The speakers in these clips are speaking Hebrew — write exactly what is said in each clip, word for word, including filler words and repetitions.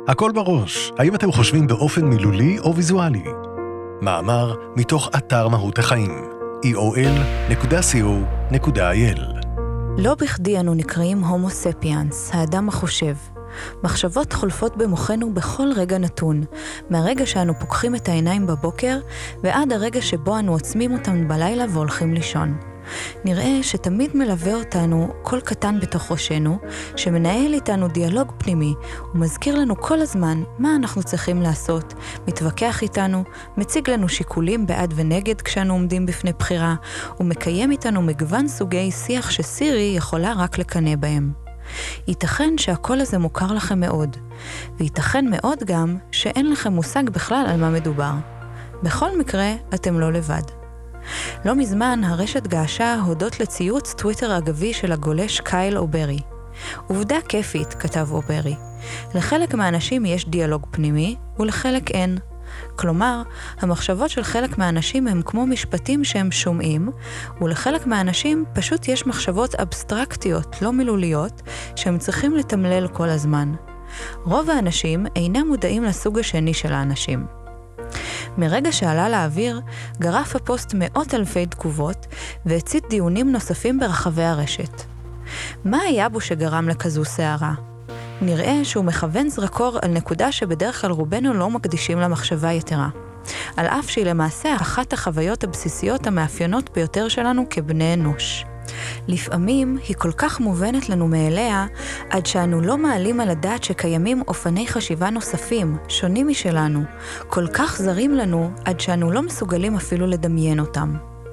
הכל בראש. האם אתם חושבים באופן מילולי או ויזואלי? מאמר מתוך אתר מהות החיים. אי או אל נקודה סי או נקודה איי אל. לא בכדי אנו נקראים הומו ספיאנס, האדם החושב. מחשבות חולפות במוחנו בכל רגע נתון, מהרגע שאנו פוקחים את העיניים בבוקר, ועד הרגע שבו אנו עוצמים אותם בלילה והולכים לישון. נראה שתמיד מלווה אותנו קול קטן בתוך ראשנו, שמנהל איתנו דיאלוג פנימי, ומזכיר לנו כל הזמן מה אנחנו צריכים לעשות, מתווכח איתנו, מציג לנו שיקולים בעד ונגד כשאנו עומדים בפני בחירה, ומקיים איתנו מגוון סוגי שיח שסירי יכולה רק לקנא בהם. ייתכן שהקול הזה מוכר לכם מאוד, וייתכן מאוד גם שאין לכם מושג בכלל על מה מדובר. בכל מקרה, אתם לא לבד. לא מזמן הרשת געשה הודות לציוץ טוויטר אגבי של הגולש קייל אוברי. עובדה כיפית, כתב אוברי. לחלק מהאנשים יש דיאלוג פנימי, ולחלק אין. כלומר, המחשבות של חלק מהאנשים הם כמו משפטים שהם שומעים, ולחלק מהאנשים פשוט יש מחשבות אבסטרקטיות, לא מילוליות, שהם צריכים לתמלל כל הזמן. רוב האנשים אינם מודעים לסוג השני של האנשים. מרגע שעלה לאוויר, גרף הפוסט מאות אלפי תגובות, והצית דיונים נוספים ברחבי הרשת. מה היה בו שגרם לכזו סערה? נראה שהוא מכוון זרקור על נקודה שבדרך כלל רובנו לא מקדישים למחשבה יתרה. על אף שהיא למעשה אחת החוויות הבסיסיות המאפיינות ביותר שלנו כבני אנוש. לפעמים היא כל כך מובנת לנו מאליה, עד שאנו לא מעלים על הדעת שקיימים אופני חשיבה נוספים, שונים משלנו, כל כך זרים לנו, עד שאנו לא מסוגלים אפילו לדמיין אותם.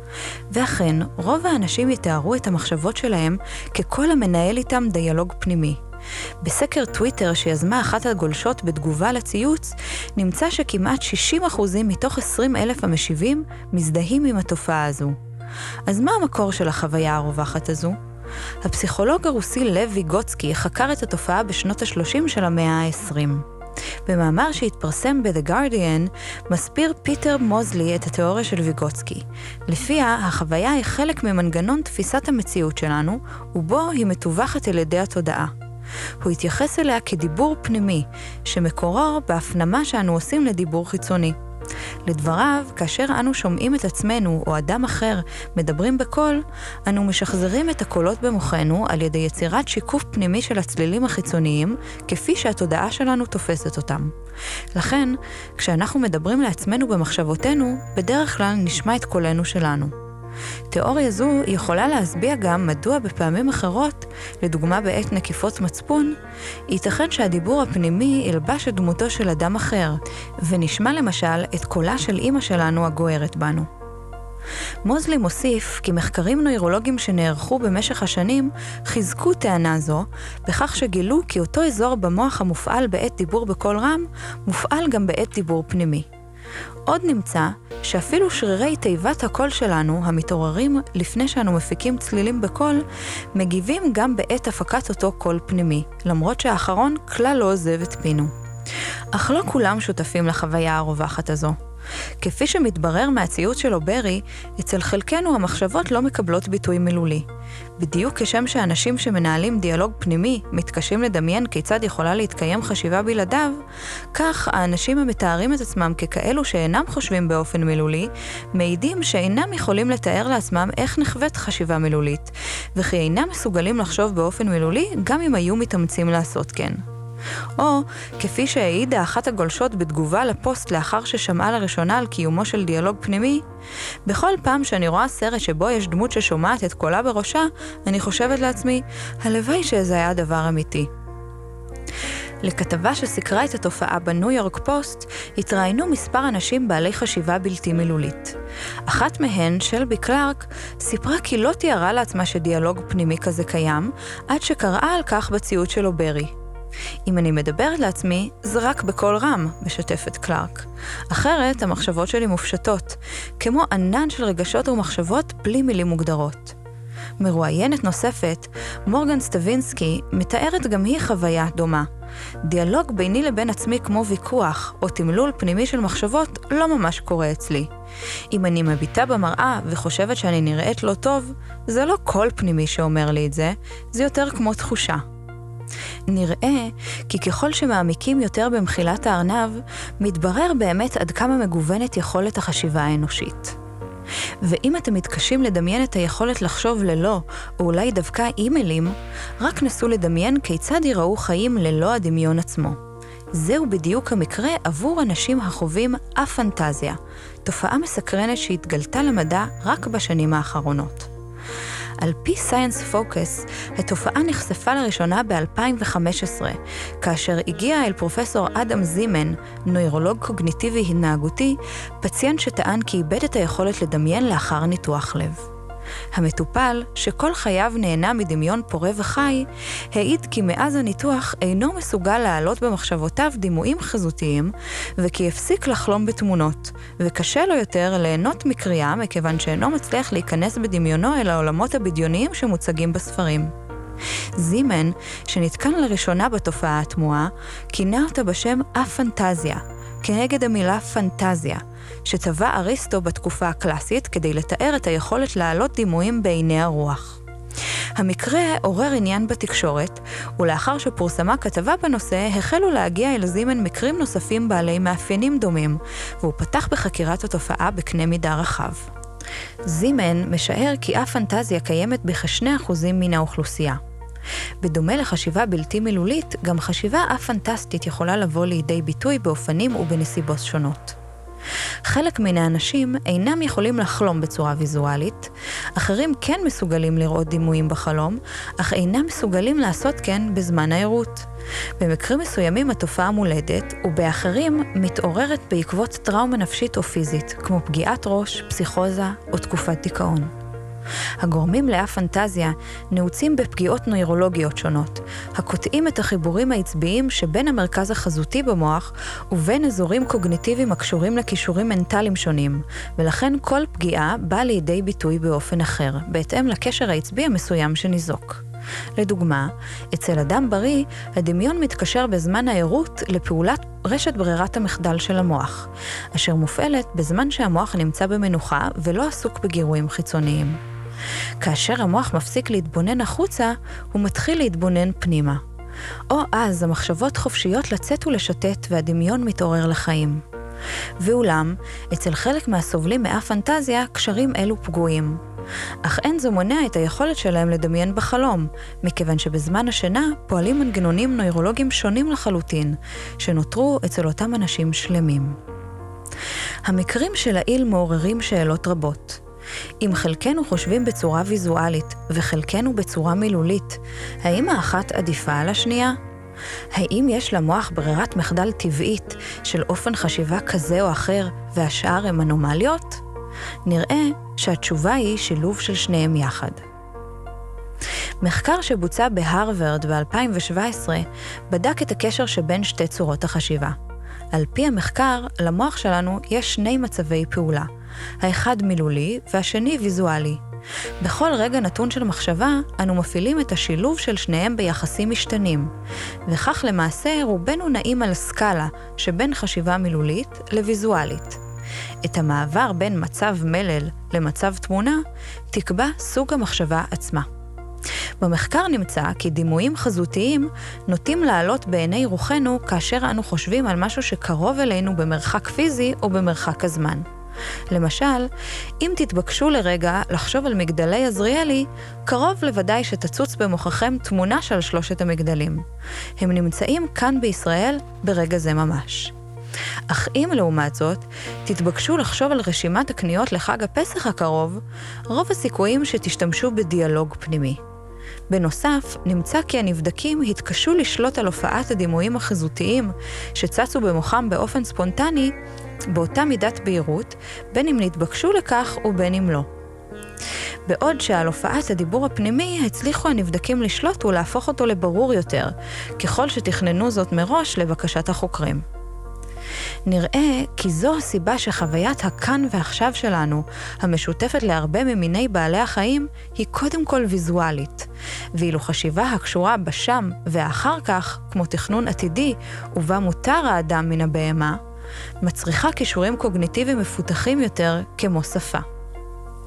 ואכן, רוב האנשים יתארו את המחשבות שלהם ככל המנהל איתם דיאלוג פנימי. בסקר טוויטר שיזמה אחת הגולשות בתגובה לציוץ, נמצא שכמעט שישים אחוז מתוך עשרים אלף המשיבים מזדהים עם התופעה הזו. אז מה המקור של החוויה הרווחת הזו? הפסיכולוג הרוסי לב ויגוצקי חקר את התופעה בשנות ה-שלושים של המאה ה-עשרים. במאמר שהתפרסם ב-The Guardian, מסביר פיטר מוזלי את התיאוריה של ויגוצקי. לפיה, החוויה היא חלק ממנגנון תפיסת המציאות שלנו, ובו היא מתווכת על ידי התודעה. הוא התייחס אליה כדיבור פנימי, שמקורו בהפנמה שאנו עושים לדיבור חיצוני. לדבריו, כאשר אנו שומעים את עצמנו או אדם אחר מדברים בקול, אנו משחזרים את הקולות במוחנו על ידי יצירת שיקוף פנימי של הצלילים החיצוניים, כפי שהתודעה שלנו תופסת אותם. לכן, כשאנחנו מדברים לעצמנו במחשבותינו, בדרך כלל נשמע את קולנו שלנו. תיאוריה זו יכולה להסביע גם מדוע בפעמים אחרות, לדוגמה בעת נקיפות מצפון, ייתכן שהדיבור הפנימי ילבש את דמותו של אדם אחר, ונשמע למשל את קולה של אמא שלנו הגוערת בנו. מוזלי מוסיף כי מחקרים נוירולוגיים שנערכו במשך השנים חיזקו טענה זו, בכך שגילו כי אותו אזור במוח המופעל בעת דיבור בקול רם, מופעל גם בעת דיבור פנימי. עוד נמצא שאפילו שרירי תיבת הקול שלנו, המתעוררים לפני שאנו מפיקים צלילים בקול, מגיבים גם בעת הפקת אותו קול פנימי, למרות שהאחרון כלל לא עוזב את פינו. אך לא כולם שותפים לחוויה הרווחת הזו. כפי שמתברר מהציוץ של אוברי, אצל חלקנו המחשבות לא מקבלות ביטוי מילולי. בדיוק כשם שאנשים שמנהלים דיאלוג פנימי מתקשים לדמיין כיצד יכולה להתקיים חשיבה בלעדיו, כך האנשים המתארים את עצמם ככאלו שאינם חושבים באופן מילולי, מעידים שאינם יכולים לתאר לעצמם איך נחוות חשיבה מילולית, וכי אינם מסוגלים לחשוב באופן מילולי גם אם היו מתאמצים לעשות כן. או, כפי שהעידה אחת הגולשות בתגובה לפוסט לאחר ששמעה לראשונה על קיומו של דיאלוג פנימי, בכל פעם שאני רואה סרט שבו יש דמות ששומעת את קולה בראשה, אני חושבת לעצמי, הלוואי שזה היה דבר אמיתי. לכתבה שסקרה את התופעה בניו יורק פוסט, התראיינו מספר אנשים בעלי חשיבה בלתי מילולית. אחת מהן, שלבי קלארק, סיפרה כי לא תיארה לעצמה שדיאלוג פנימי כזה קיים, עד שקראה על כך בציוץ של אוברי. אם אני מדברת לעצמי, זה רק בקול רם, משתפת קלארק. אחרת, המחשבות שלי מופשטות, כמו ענן של רגשות ומחשבות בלי מילים מוגדרות. מרואיינת נוספת, מורגן סטווינסקי, מתארת גם היא חוויה דומה. דיאלוג ביני לבין עצמי כמו ויכוח, או תמלול פנימי של מחשבות, לא ממש קורה אצלי. אם אני מביטה במראה וחושבת שאני נראית לא טוב, זה לא קול פנימי שאומר לי את זה, זה יותר כמו תחושה. נראה כי ככל שמעמיקים יותר במחילת הארנב, מתברר באמת עד כמה מגוונת יכולת החשיבה האנושית. ואם אתם מתקשים לדמיין את היכולת לחשוב ללא, או אולי דווקא אימיילים, רק נסו לדמיין כיצד ייראו חיים ללא הדמיון עצמו. זהו בדיוק המקרה עבור אנשים החווים אפנטזיה, תופעה מסקרנת שהתגלתה למדע רק בשנים האחרונות. על פי Science Focus, התופעה נחשפה לראשונה ב-אלפיים וחמש עשרה, כאשר הגיע אל פרופסור אדם זימן, נוירולוג קוגניטיבי התנהגותי, פציינט שטען כי איבד את היכולת לדמיין לאחר ניתוח לב. המטופל, שכל חייו נהנה מדמיון פורה וחי, העיד כי מאז הניתוח אינו מסוגל להעלות במחשבותיו דימויים חזותיים, וכי הפסיק לחלום בתמונות, וקשה לו יותר ליהנות מקריאה מכיוון שאינו מצליח להיכנס בדמיונו אל העולמות הבדיוניים שמוצגים בספרים. זימן, שנתקן לראשונה בתופעה התמוהה, כינה אותה בשם אפנטזיה, כנגד המילה פנטזיה, שטבע אריסטו בתקופה הקלאסית כדי לתאר את היכולת להעלות דימויים בעיני הרוח. המקרה עורר עניין בתקשורת, ולאחר שפורסמה כתבה בנושא, החלו להגיע אל זימן מקרים נוספים בעלי מאפיינים דומים, והוא פתח בחקירת התופעה בקנה מידה רחב. זימן משער כי הפנטזיה קיימת בכ-שני אחוזים מן האוכלוסייה. בדומה לחשיבה בלתי מילולית, גם חשיבה אפנטסטית יכולה לבוא לידי ביטוי באופנים ובנסיבות שונות. חלק מן האנשים אינם יכולים לחלום בצורה ויזואלית, אחרים כן מסוגלים לראות דימויים בחלום, אך אינם מסוגלים לעשות כן בזמן הערות. במקרים מסוימים התופעה מולדת, ובאחרים מתעוררת בעקבות טראומה נפשית או פיזית, כמו פגיעת ראש, פסיכוזה או תקופת דיכאון. הגורמים לאפנטזיה נעוצים בפגיעות נוירולוגיות שונות, הקוטעים את החיבורים העצביים שבין המרכז החזותי במוח ובין אזורים קוגניטיביים הקשורים לכישורים מנטליים שונים, ולכן כל פגיעה באה לידי ביטוי באופן אחר, בהתאם לקשר העצבי המסוים שניזוק. לדוגמה, אצל אדם בריא, הדמיון מתקשר בזמן הערות לפעולת רשת ברירת המחדל של המוח, אשר מופעלת בזמן שהמוח נמצא במנוחה ולא עסוק בגירויים חיצוניים. כאשר המוח מפסיק להתבונן החוצה, הוא מתחיל להתבונן פנימה. או אז המחשבות חופשיות לצאת ולשתת והדמיון מתעורר לחיים. ואולם, אצל חלק מהסובלים מאפנטזיה, קשרים אלו פגועים. אך אין זו מונע את היכולת שלהם לדמיין בחלום, מכיוון שבזמן השינה פועלים מנגנונים נוירולוגיים שונים לחלוטין, שנותרו אצל אותם אנשים שלמים. המקרים של העיל מעוררים שאלות רבות. אם חלקנו חושבים בצורה ויזואלית וחלקנו בצורה מילולית, האם האחת עדיפה על השנייה? האם יש למוח ברירת מחדל טבעית של אופן חשיבה כזה או אחר והשאר הם אנומליות? נראה שהתשובה היא שילוב של שניהם יחד. מחקר שבוצע בהרווארד ב-אלפיים שבע עשרה בדק את הקשר שבין שתי צורות החשיבה. על פי המחקר, למוח שלנו יש שני מצבי פעולה, האחד מילולי והשני ויזואלי. בכל רגע נתון של מחשבה, אנו מפעילים את השילוב של שניהם ביחסים משתנים, וכך למעשה רובנו נעים על סקאלה שבין חשיבה מילולית לויזואלית. את המעבר בין מצב מלל למצב תמונה תקבע סוג המחשבה עצמה. במחקר נמצא כי דימויים חזותיים נוטים לעלות בעיני רוחנו כאשר אנו חושבים על משהו שקרוב אלינו במרחק פיזי או במרחק הזמן. למשל, אם תתבקשו לרגע לחשוב על מגדלי עזריאלי, קרוב לוודאי שתצוץ במוחכם תמונה של שלושת המגדלים. הם נמצאים כאן בישראל ברגע זה ממש. אך אם לעומת זאת, תתבקשו לחשוב על רשימת הקניות לחג הפסח הקרוב, רוב הסיכויים שתשתמשו בדיאלוג פנימי. בנוסף, נמצא כי הנבדקים התקשו לשלוט על הופעת הדימויים החזותיים שצצו במוחם באופן ספונטני, באותה מידת בהירות, בין אם נתבקשו לכך ובין אם לא. בעוד שעל הופעת הדיבור הפנימי הצליחו הנבדקים לשלוט ולהפוך אותו לברור יותר, ככל שתכננו זאת מראש לבקשת החוקרים. נראה כי זו הסיבה שחוויית הכאן ועכשיו שלנו, המשותפת להרבה ממיני בעלי החיים, היא קודם כל ויזואלית, ואילו חשיבה הקשורה בשם ואחר כך, כמו תכנון עתידי, ובה מותר האדם מן הבהמה, מצריכה קישורים קוגניטיביים מפותחים יותר כמו שפה.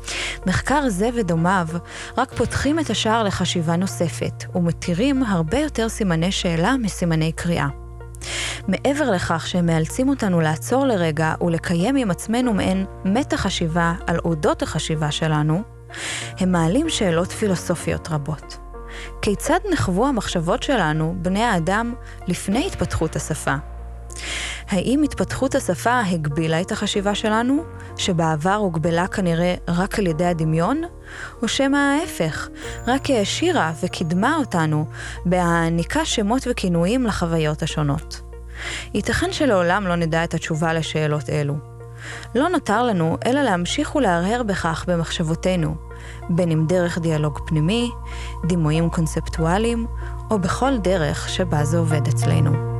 מחקר זה ודומיו רק פותחים את השער לחשיבה נוספת, ומתירים הרבה יותר סימני שאלה מסימני קריאה. מעבר לכך שהם מאלצים אותנו לעצור לרגע ולקיים עם עצמנו מעין מטה חשיבה על אודות החשיבה שלנו, הם מעלים שאלות פילוסופיות רבות. כיצד נחוו המחשבות שלנו, בני האדם, לפני התפתחות השפה? האם התפתחות השפה הגבילה את החשיבה שלנו, שבעבר הוגבלה כנראה רק על ידי הדמיון, או שמא ההפך, רק העשירה וקידמה אותנו בהעניקה שמות וכינויים לחוויות השונות? ייתכן שלעולם לא נדע את התשובה לשאלות אלו. לא נותר לנו אלא להמשיך ולהרהר בכך במחשבותינו, בין אם דרך דיאלוג פנימי, דימויים קונספטואליים, או בכל דרך שבה זה עובד אצלנו.